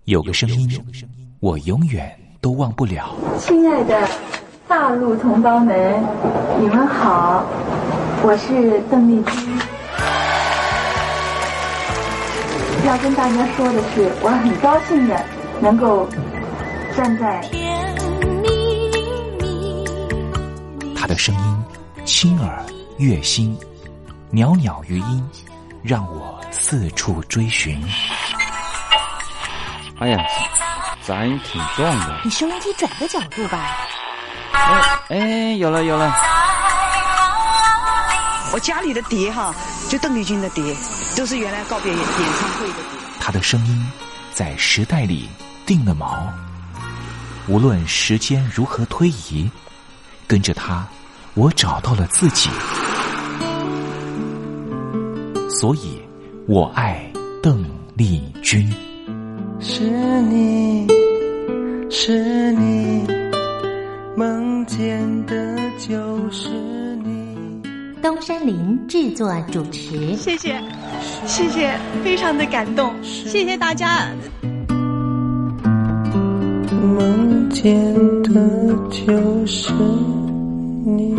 有个声音，我永远都忘不了。 亲爱的大陆同胞们，你们好，我是邓丽君。要跟大家说的是，我很高兴的能够站在她的声音轻耳悦心，袅袅余音，让我四处追寻。 哎呀，咱挺壮的。 你收音机转个角度吧。 哎，有了。 我家里的碟哈，就邓丽君的碟，都是原来告别演唱会的碟。 她的声音在时代里定了锚，无论时间如何推移，跟着她，我找到了自己。所以，我爱邓丽君。 是你，梦见的就是你。 东山林制作主持， 谢谢，非常的感动，谢谢大家。 梦见的就是你。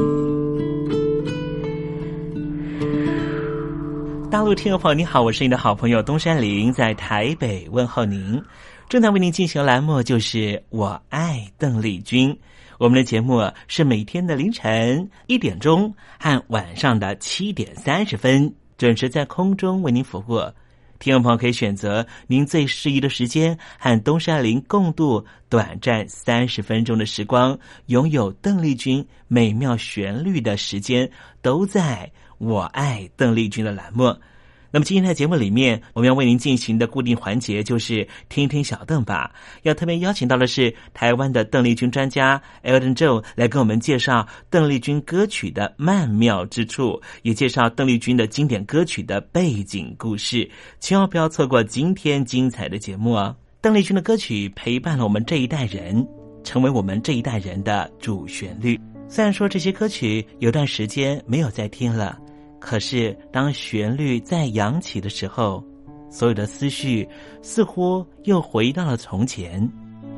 大陆听众朋友，你好，我是你的好朋友东山林，在台北问候您。正在为您进行的栏目就是我爱邓丽君。我们的节目是每天的凌晨1点钟和晚上的7点30分准时在空中为您服务。听众朋友可以选择您最适宜的时间，和东山林共度短暂30分钟的时光，拥有邓丽君美妙旋律的时间，都在我爱邓丽君的栏目。那么今天的节目里面，我们要为您进行的固定环节就是听听小邓吧。要特别邀请到的是台湾的邓丽君专家 Elton Joe 来跟我们介绍邓丽君歌曲的曼妙之处，也介绍邓丽君的经典歌曲的背景故事。千万不要错过今天精彩的节目哦。邓丽君的歌曲陪伴了我们这一代人，成为我们这一代人的主旋律。虽然说这些歌曲有段时间没有再听了，可是当旋律再扬起的时候，所有的思绪似乎又回到了从前。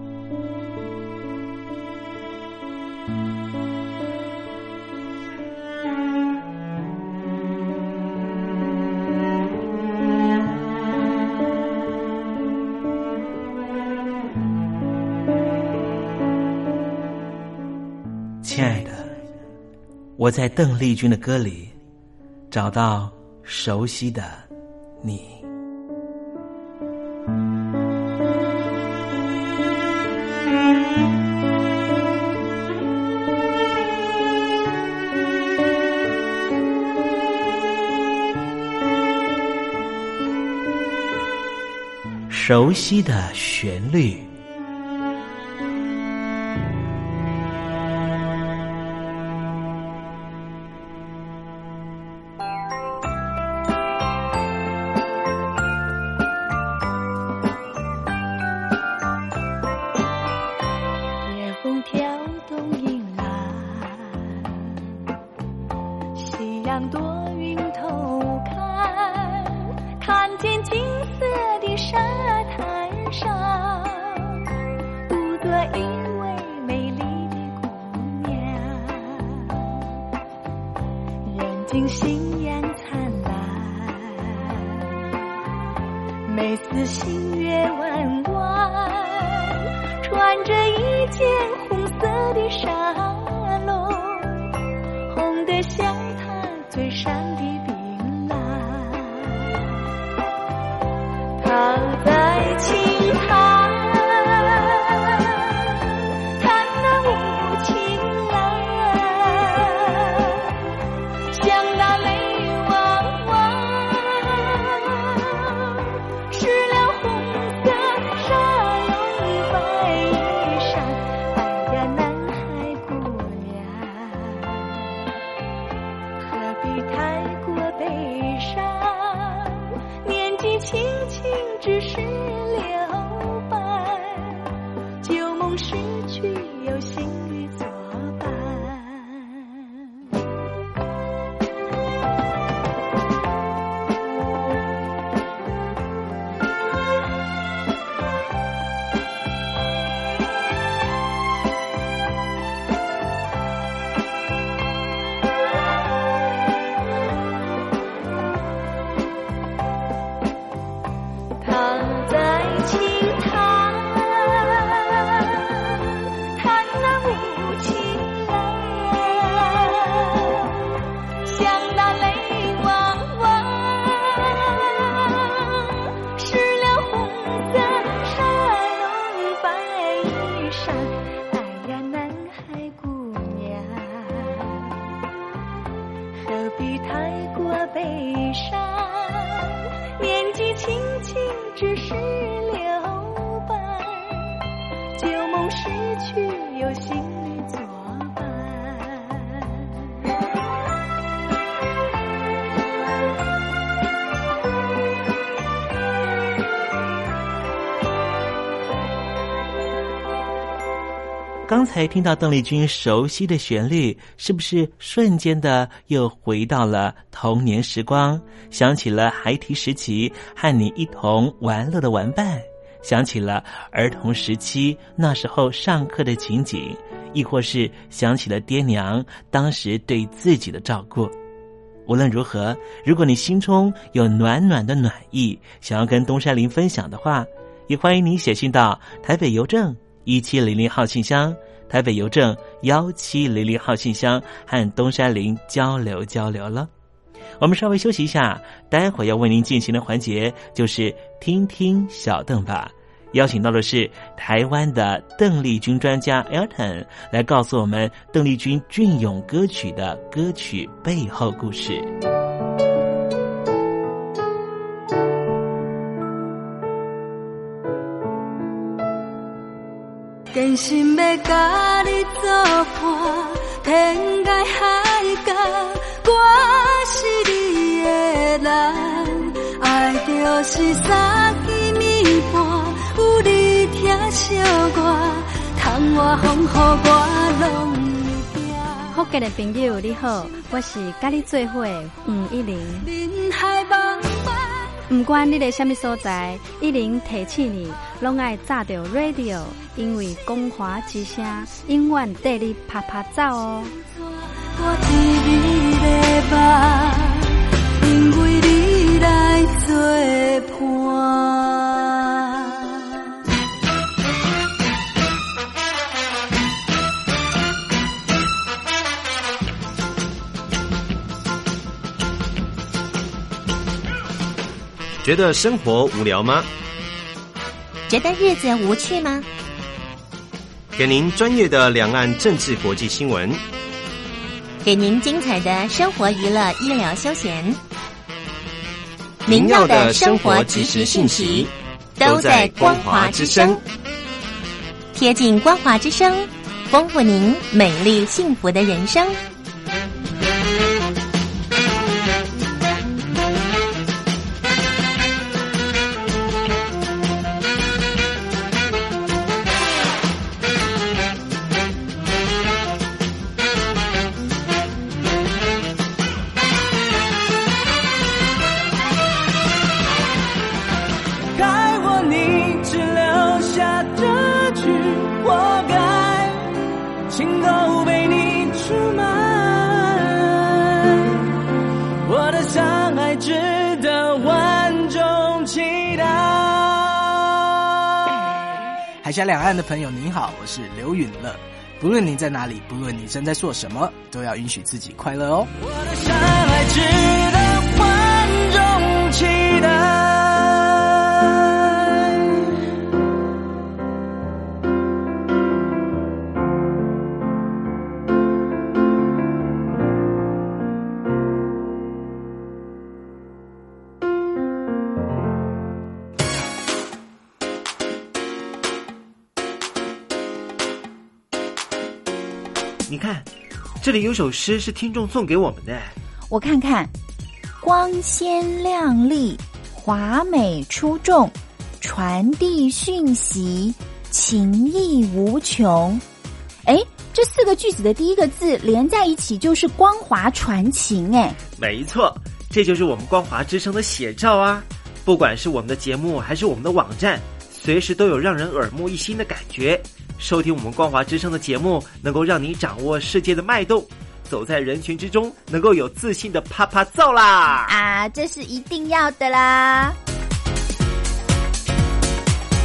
亲爱的，我在邓丽君的歌里找到熟悉的你。熟悉的旋律， 刚才听到邓丽君熟悉的旋律，是不是瞬间的又回到了童年时光，想起了孩提时期和你一同玩乐的玩伴，想起了儿童时期那时候上课的情景，亦或是想起了爹娘当时对自己的照顾。无论如何，如果你心中有暖暖的暖意，想要跟东山林分享的话，也欢迎你写信到台北邮政1700号信箱，台北邮政1700号信箱，和东山林交流了。我们稍微休息一下，待会儿要为您进行的环节就是听听小邓吧。邀请到的是台湾的邓丽君专家 Elton 来告诉我们邓丽君隽永歌曲的歌曲背后故事。 真心要甲你作伴，天涯海角，我是你的人，爱就是三更暝半，有你疼惜我，窗外风雨我拢会惊。 福建的朋友你好，我是甲你做伙110。 人海茫茫。 不管你在什么所在，110提醒你，拢爱炸着 radio， 因为光华之声永远带你啪啪走哦。 我替你在梦，因为你来作伴。 觉得生活无聊吗？ 觉得日子无趣吗？ 给您专业的两岸政治国际新闻， 给您精彩的生活娱乐医疗休闲，您要的生活即时信息都在光华之声，贴近光华之声，丰富您美丽幸福的人生。 海峡两岸的朋友您好，我是刘允乐。不论你在哪里，不论你正在做什么，都要允许自己快乐哦。我的山海值得万众期待。 你看，这里有首诗是听众送给我们的。 我看看，光鲜亮丽，华美出众，传递讯息，情意无穷。哎，这4个句子的第一个字连在一起就是光华传情。哎， 没错，这就是我们光华之声的写照啊！不管是我们的节目还是我们的网站，随时都有让人耳目一新的感觉。收听我们光华之声的节目，能够让你掌握世界的脉动，走在人群之中，能够有自信的啪啪照啦！ 啊，这是一定要的啦！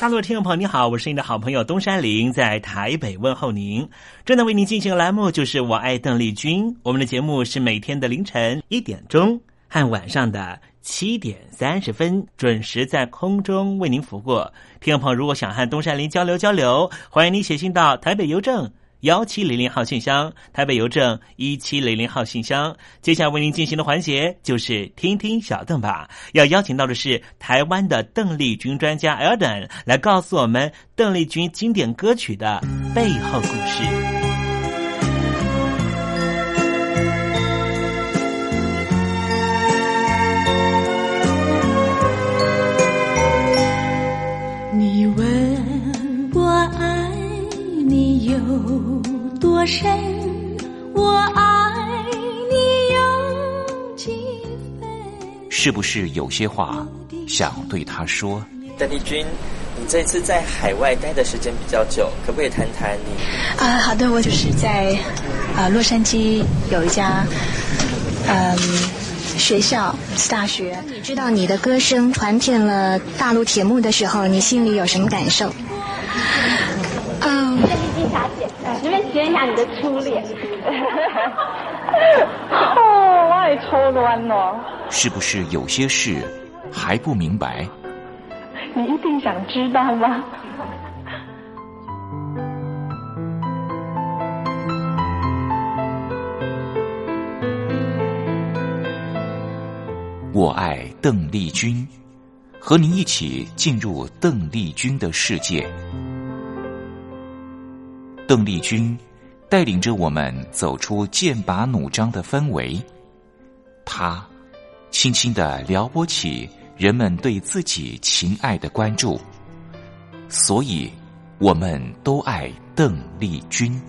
哈喽，听众朋友你好，我是您的好朋友东山林，在台北问候您。正在为您进行的栏目就是我爱邓丽君，我们的节目是每天的凌晨1点钟和晚上的7点30分准时在空中为您服务。听众朋友如果想和东山林交流，欢迎你写信到台北邮政1700号信箱，台北邮政1700号信箱。接下来为您进行的环节就是听听小邓吧，要邀请到的是台湾的邓丽君专家 Elden 来告诉我们邓丽君经典歌曲的背后故事。 你问我爱你有多深，我爱你有几分。 是不是有些话想对他说？ 邓丽君，你这次在海外待的时间比较久，可不可以谈谈你？ 好的，我就是在洛杉矶有一家学校大学。 你知道你的歌声传遍了大陆铁幕的时候，你心里有什么感受？ 邓丽君小姐，随便学一下你的初恋。 我也初恋哦。 是不是有些事还不明白？ 你一定想知道吗？ 我爱邓丽君，和您一起进入邓丽君的世界。邓丽君带领着我们走出剑拔弩张的氛围，她轻轻地撩拨起人们对自己情爱的关注，所以我们都爱邓丽君。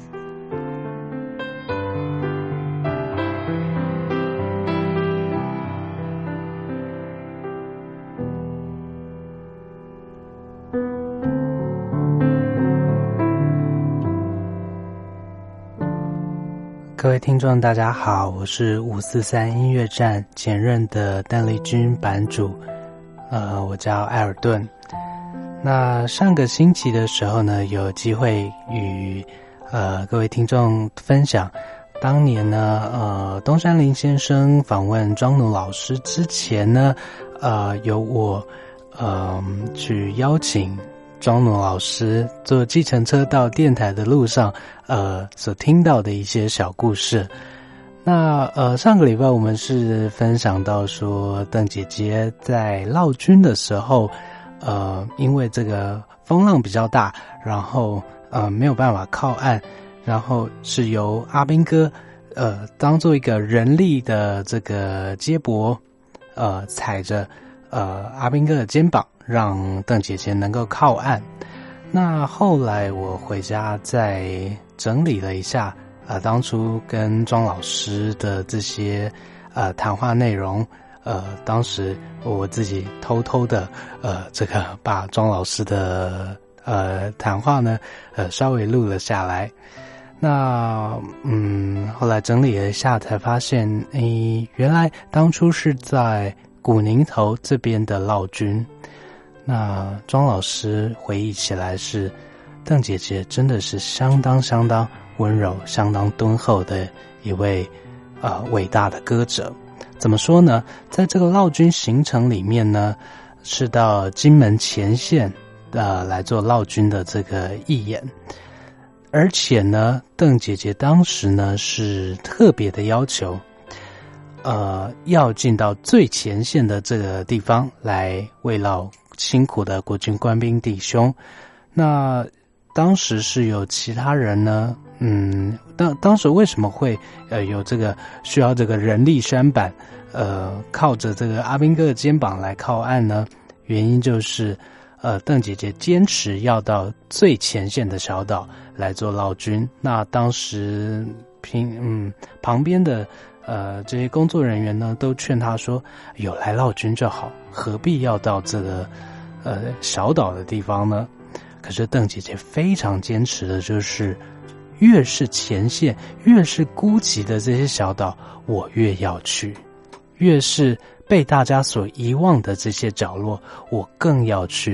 各位听众大家好，我是543音乐站前任的邓丽君版主，我叫艾尔顿。那上个星期的时候呢，有机会与各位听众分享当年呢东山林先生访问庄奴老师之前呢，由我去邀请庄奴老师坐计程车到电台的路上所听到的一些小故事。那上个礼拜我们是分享到说邓姐姐在闹军的时候因为这个风浪比较大，然后没有办法靠岸，然后是由阿兵哥当做一个人力的这个接驳踩着阿兵哥的肩膀，让邓姐姐能够靠岸。那后来我回家再整理了一下当初跟庄老师的这些谈话内容，当时我自己偷偷的这个把庄老师的谈话呢稍微录了下来。那后来整理了一下才发现原来当初是在古宁头这边的闹军。那庄老师回忆起来是邓姐姐真的是相当温柔相当敦厚的一位伟大的歌者。怎么说呢，在这个闹军行程里面呢，是到金门前线来做闹军的这个义演，而且呢邓姐姐当时呢是特别的要求要进到最前线的这个地方来慰劳辛苦的国军官兵弟兄。那当时是有其他人呢当时为什么会有这个需要这个人力舢板靠着这个阿兵哥的肩膀来靠岸呢？原因就是邓姐姐坚持要到最前线的小岛来做闹军。那当时旁边的这些工作人员呢都劝她说，有来闹军就好，何必要到这个小岛的地方呢？可是邓姐姐非常坚持的就是越是前线越是孤寂的这些小岛我越要去，越是被大家所遗忘的这些角落我更要去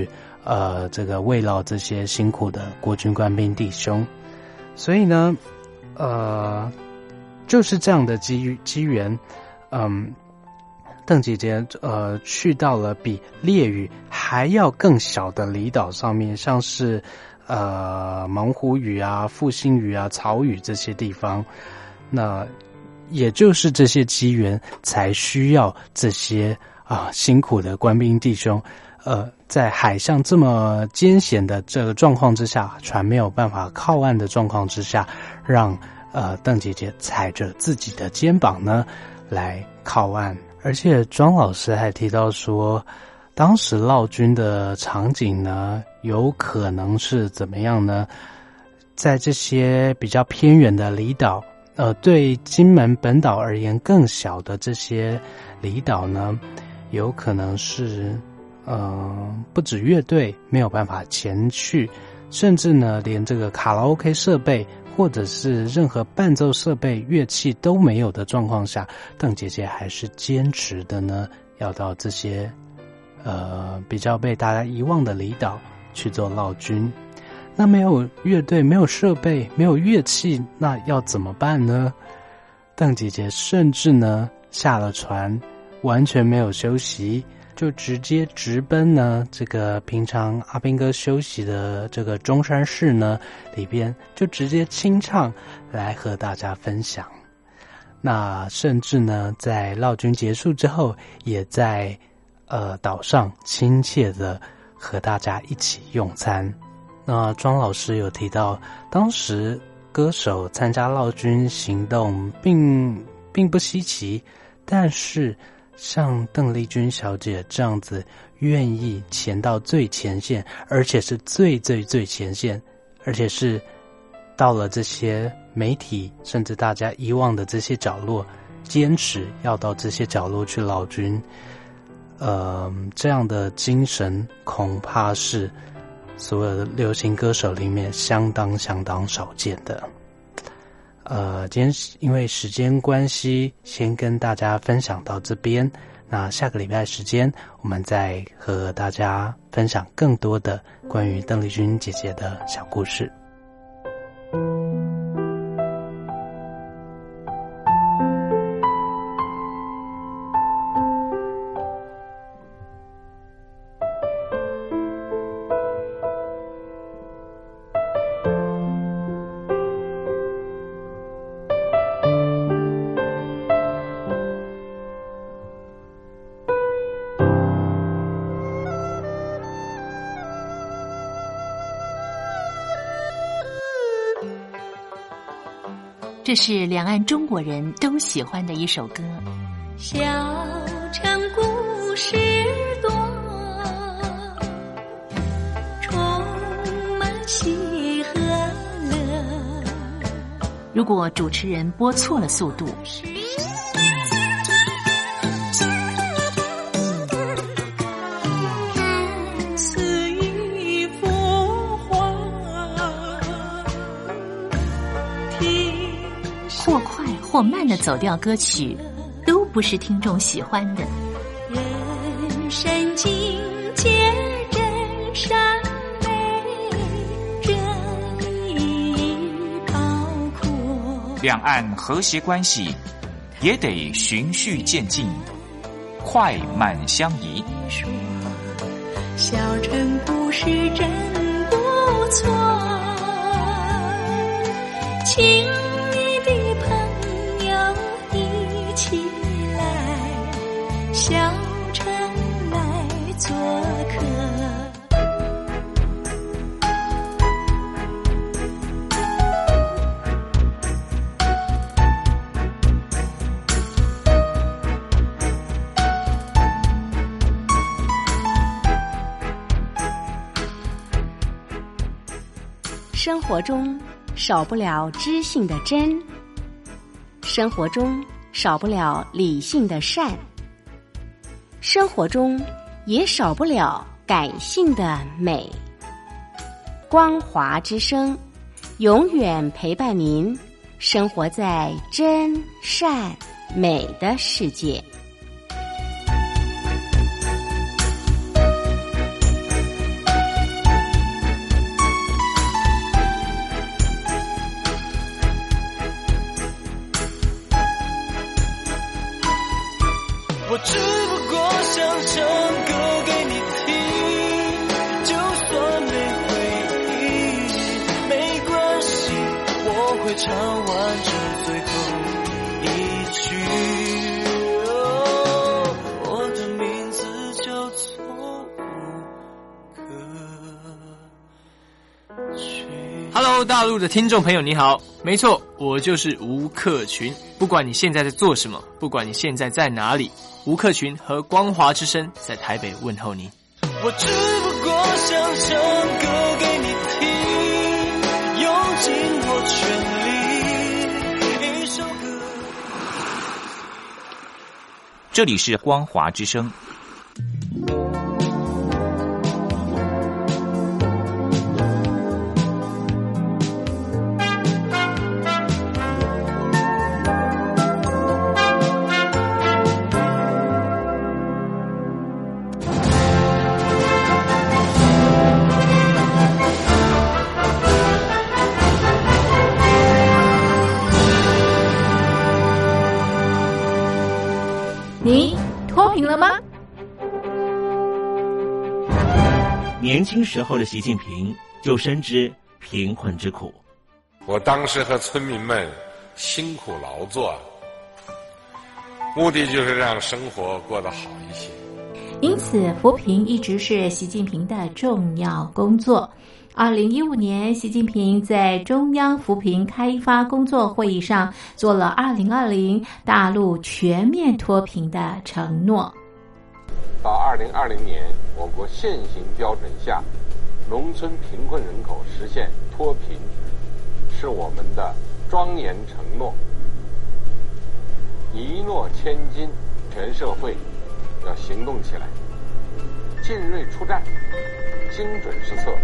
这个慰劳这些辛苦的国军官兵弟兄。所以呢，就是这样的机缘，邓姐姐去到了比烈屿还要更小的离岛上面，像是猛虎屿啊、复兴屿啊、草屿这些地方。那也就是这些机缘，才需要这些辛苦的官兵弟兄，在海象这么艰险的这个状况之下，船没有办法靠岸的状况之下，让邓姐姐踩着自己的肩膀呢来靠岸。而且庄老师还提到说，当时劳军的场景呢，有可能是怎么样呢？在这些比较偏远的离岛，对金门本岛而言更小的这些离岛呢，有可能是不止乐队没有办法前去，甚至呢连这个卡拉 OK 设备或者是任何伴奏设备乐器都没有的状况下，邓姐姐还是坚持的呢要到这些比较被大家遗忘的离岛去做劳军。那没有乐队，没有设备，没有乐器，那要怎么办呢？邓姐姐甚至呢下了船，完全没有休息，就直接直奔呢这个平常阿兵哥休息的这个中山市呢里边，就直接清唱来和大家分享。那甚至呢在劳军结束之后，也在岛上亲切的和大家一起用餐。那庄老师有提到，当时歌手参加劳军行动并不稀奇，但是像邓丽君小姐这样子愿意前到最前线，而且是最前线，而且是到了这些媒体甚至大家遗忘的这些角落，坚持要到这些角落去劳军，这样的精神恐怕是所有的流行歌手里面相当少见的。今天因为时间关系，先跟大家分享到这边。那下个礼拜时间，我们再和大家分享更多的关于邓丽君姐姐的小故事。 这是两岸中国人都喜欢的一首歌。 小城故事多，充满喜和乐。 如果主持人播错了速度，或快或慢的走调歌曲，都不是听众喜欢的。 人生境界真善美，这意包括两岸和谐关系也得循序渐进，快慢相宜。 小城故事真不错，请你的朋友一起来，小城来做客。 生活中少不了知性的真，生活中少不了理性的善，生活中也少不了感性的美。光华之声永远陪伴您，生活在真善美的世界。 唱完这最后一句，我的名字叫做吴克群。 Hello， 大陆的听众朋友你好，没错，我就是吴克群。不管你现在在做什么，不管你现在在哪里，吴克群和光华之声在台北问候你。 我只不过想唱歌给你听，用尽我全力，一首歌。 这里是光华之声。 你脱贫了吗？ 年轻时候的习近平就深知贫困之苦。 我当时和村民们辛苦劳作，目的就是让生活过得好一些。 因此，扶贫一直是习近平的重要工作。2015年，习近平在中央扶贫开发工作会议上做了2020大陆全面脱贫的承诺。 到2020年，我国现行标准下，农村贫困人口实现脱贫，是我们的庄严承诺。一诺千金，全社会要行动起来，进锐出战，精准施策。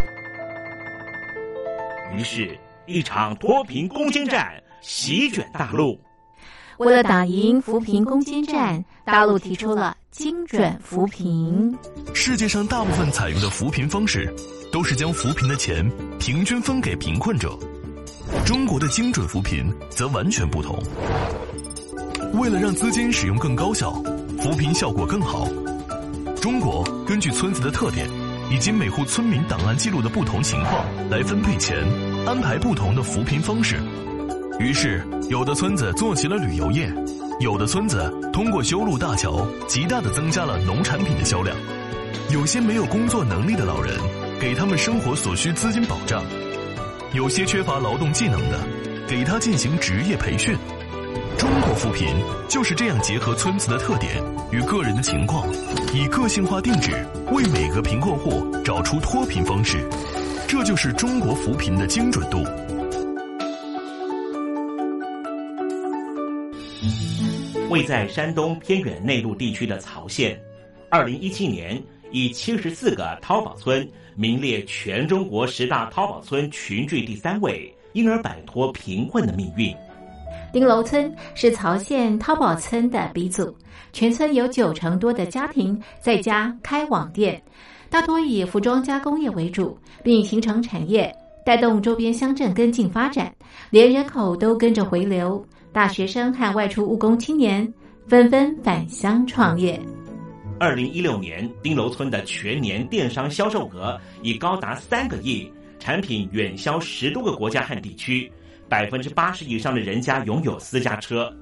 于是，一场脱贫攻坚战席卷大陆。 为了打赢扶贫攻坚战，大陆提出了精准扶贫。 世界上大部分采用的扶贫方式，都是将扶贫的钱平均分给贫困者。中国的精准扶贫则完全不同。为了让资金使用更高效，扶贫效果更好，中国根据村子的特点以及每户村民档案记录的不同情况来分配钱，安排不同的扶贫方式。于是，有的村子做起了旅游业，有的村子通过修路大桥，极大地增加了农产品的销量。有些没有工作能力的老人，给他们生活所需资金保障；有些缺乏劳动技能的，给他进行职业培训。中国扶贫就是这样结合村子的特点与个人的情况，以个性化定制为每个贫困户找出脱贫方式，这就是中国扶贫的精准度。 位在山东偏远内陆地区的曹县，2017年以74个淘宝村名列全中国10大淘宝村群聚第3位，因而摆脱贫困的命运。 丁楼村是曹县淘宝村的鼻祖，全村有90%多的家庭在家开网店，大多以服装加工业为主，并形成产业，带动周边乡镇跟进发展，连人口都跟着回流。大学生和外出务工青年纷纷返乡创业。 2016年，丁楼村的全年电商销售额已高达3个亿，产品远销10多个国家和地区，80%以上的人家拥有私家车。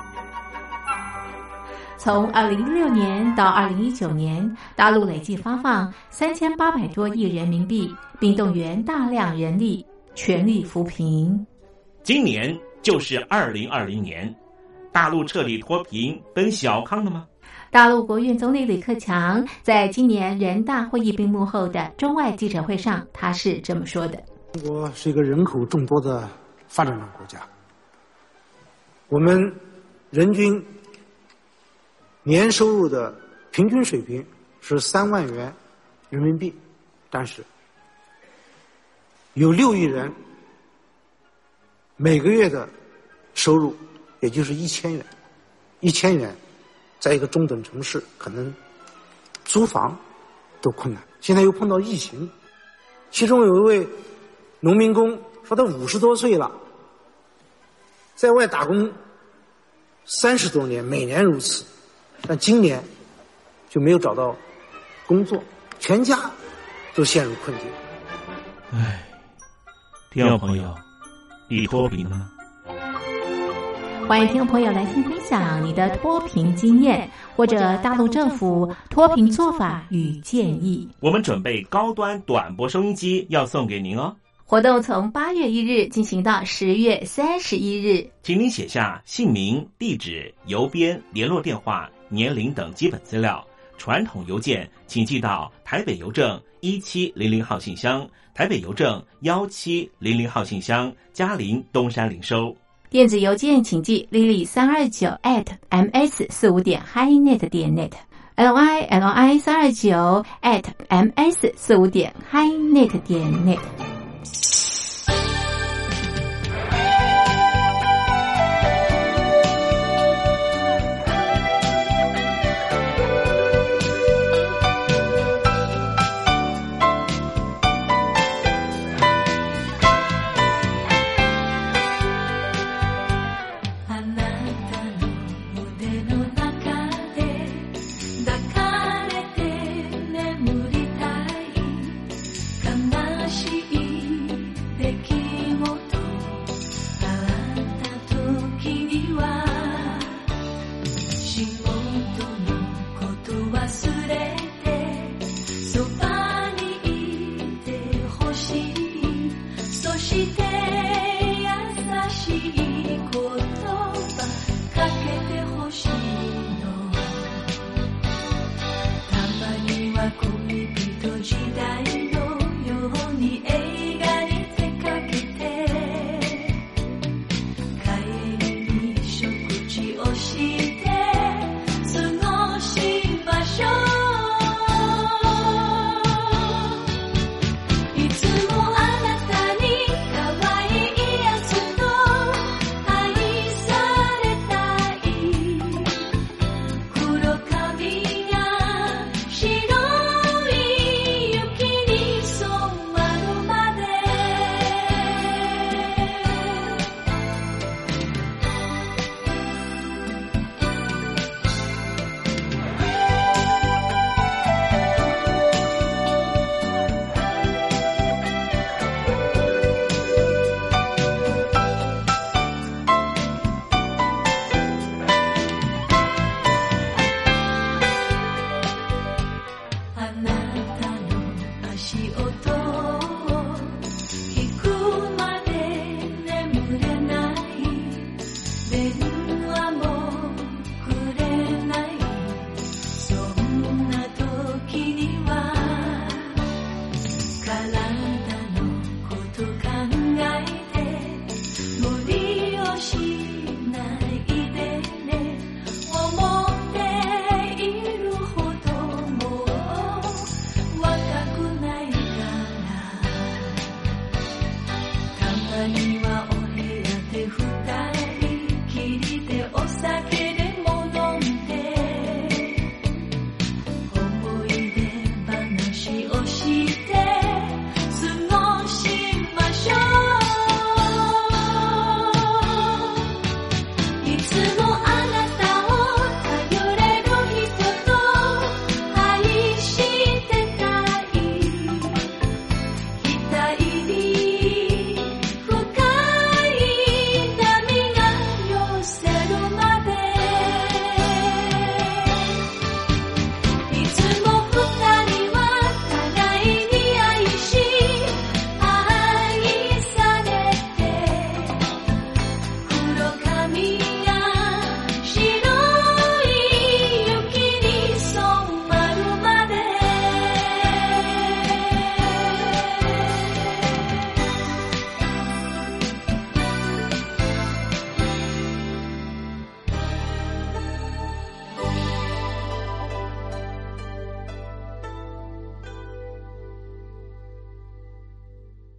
从2016年到2019年，大陆累计发放3800多亿人民币，并动员大量人力，全力扶贫。 今年就是2020年，大陆彻底脱贫奔小康了吗？ 大陆国务院总理李克强在今年人大会议闭幕后的中外记者会上，他是这么说的： 中国是一个人口众多的发展中国家，我们人均年收入的平均水平是3万元人民币，但是有6亿人每个月的收入也就是1000元，1000元在一个中等城市可能租房都困难，现在又碰到疫情，其中有一位农民工说他50多岁了，在外打工30多年，每年如此，但今年就没有找到工作，全家都陷入困境。 唉，听众朋友，你脱贫了吗？ 欢迎听众朋友来信分享你的脱贫经验，或者大陆政府脱贫做法与建议。 我们准备高端短波收音机要送给您哦。 活动从8月1日进行到10月31日， 请您写下姓名、地址、邮编、联络电话、年龄等基本资料。传统邮件请寄到台北邮政1700号信箱，台北邮政1700号信箱，嘉陵东山领收。 电子邮件请寄 lily329@ms45.highnet.net lily329@ms45.highnet.net。